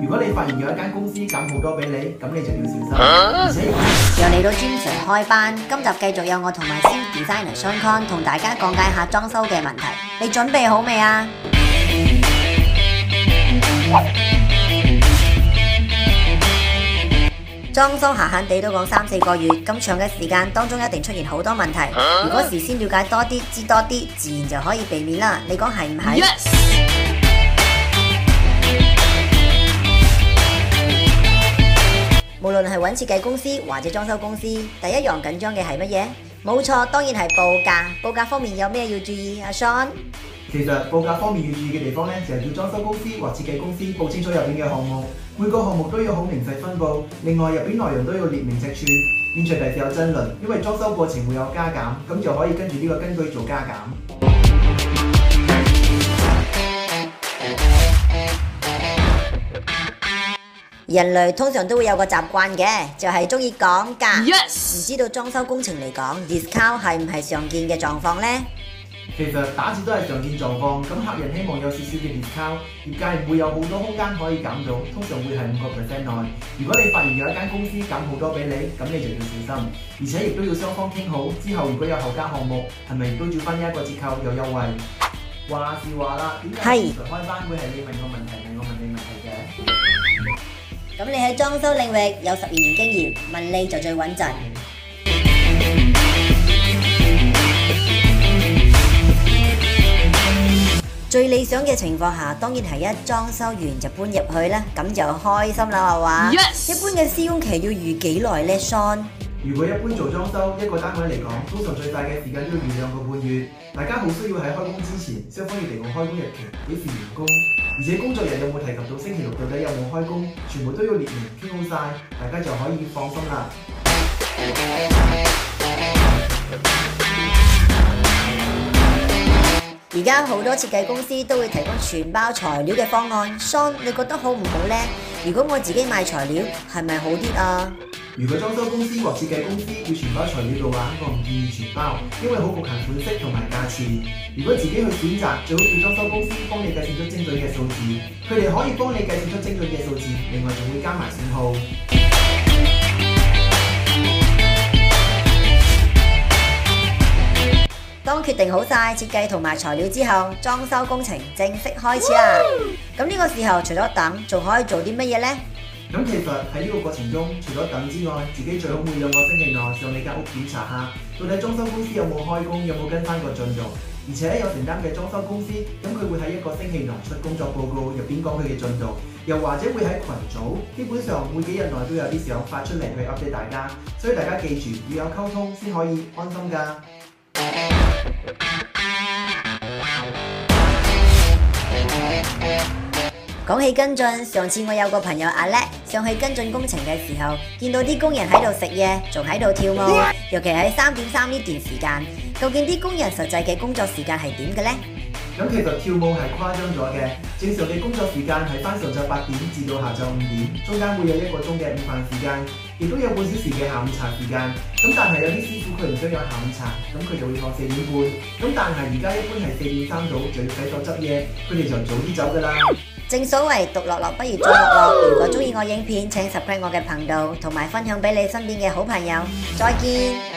如果你發現有一間公司減好多俾你，咁你就要小心。而且又嚟到Jim Sir開班，今集繼續有我同埋 Sim Designer Sean Con 同大家講解下裝修嘅問題。你準備好未啊？裝修閒閒地都講3-4個月，咁長嘅時間當中一定出現好多問題。如果事先了解多啲，知多啲，自然就可以避免啦。你講係唔係？ Yes! 無論係揾設計公司或者裝修公司，第一樣緊張嘅係乜嘢？冇錯，當然係報價。報價方面有咩要注意？阿 Sean， 其實報價方面要注意嘅地方咧，就係叫裝修公司或設計公司報清楚入邊嘅項目，每個項目都要好明細分佈。另外入邊內容都要列明尺寸，免除第時有爭論。因為裝修過程會有加減，咁就可以跟住呢個根據做加減。 人類通常都會有個習慣嘅，就係中意講價。 Yes! 唔知道裝修工程嚟講 ，discount 係唔係常見嘅狀況呢？ 其實打折都係常見狀況，咁客人希望有少少嘅 discount， 業界唔會有好多空間可以減到，通常會係5% 內。如果你發現有一間公司減好多俾你，咁你就要小心，而且亦都要雙方傾好，之後如果有後加項目，係咪都照翻呢一個折扣有優惠？話是話啦，點解通常開班會係你問我問題，唔係我問你問題嘅？ 咁你喺裝修領域有12年經驗，問你就最穩陣。最理想嘅情況下，當然係一裝修完就搬入去啦，咁就開心啦，係嘛？ Yes! 一般嘅施工期要預幾耐呢 Sean？ 如果一般做裝修一個單位嚟講，通常最大嘅時間都要預2個半月。大家好需要喺開工之前，雙方要定好開工日期，幾時完工，而且工作日有冇提及到星期六到底有冇開工，全部都要列明傾好晒，大家就可以放心啦。 而家好多設計公司都會提供全包材料嘅方案 ，Sean 你覺得好唔好呢？如果我自己買材料，係咪好啲啊？ 如果裝修公司或設計公司要全包材料嘅話，我唔建議全包，因為好局限款式同埋價錢。如果自己去選擇，最好叫裝修公司幫你計算出精準嘅數字，佢哋可以幫你計算出精準嘅數字，另外仲會加埋損耗。 當決定好晒設計同埋材料之後，裝修工程正式開始啦。咁呢個時候除咗等，仲可以做啲乜嘢呢？ 咁其實喺呢個過程中，除咗等之外，自己最好每2個星期內上你間屋檢查下，到底裝修公司有冇開工，有冇跟翻個進度。而且有承擔嘅裝修公司，咁佢會喺1個星期內出工作報告，入邊講佢嘅進度，又或者會喺群組，基本上每幾日內都有啲相發出嚟去 update 大家。所以大家記住要有溝通先可以安心㗎。 講起跟進，上次我有個朋友阿叻上去跟進工程嘅時候，見到啲工人喺度食嘢，仲喺度跳舞，尤其喺3點3呢段時間，究竟啲工人實際嘅工作時間係點嘅呢？ 咁其實跳舞係誇張咗嘅，正常嘅工作時間係翻上晝8點至到下晝5點，中間會有1個鐘嘅午飯時間，亦都有半小時嘅下午茶時間。咁但係有啲師傅佢唔想有下午茶，咁佢就會放4點半。咁但係而家一般係4點3到，就要洗手執嘢，佢哋就早啲走㗎啦。 正所謂獨樂樂不如眾樂樂。如果中意我影片，請 subscribe 我嘅頻道，同埋分享俾你身邊嘅好朋友。再見。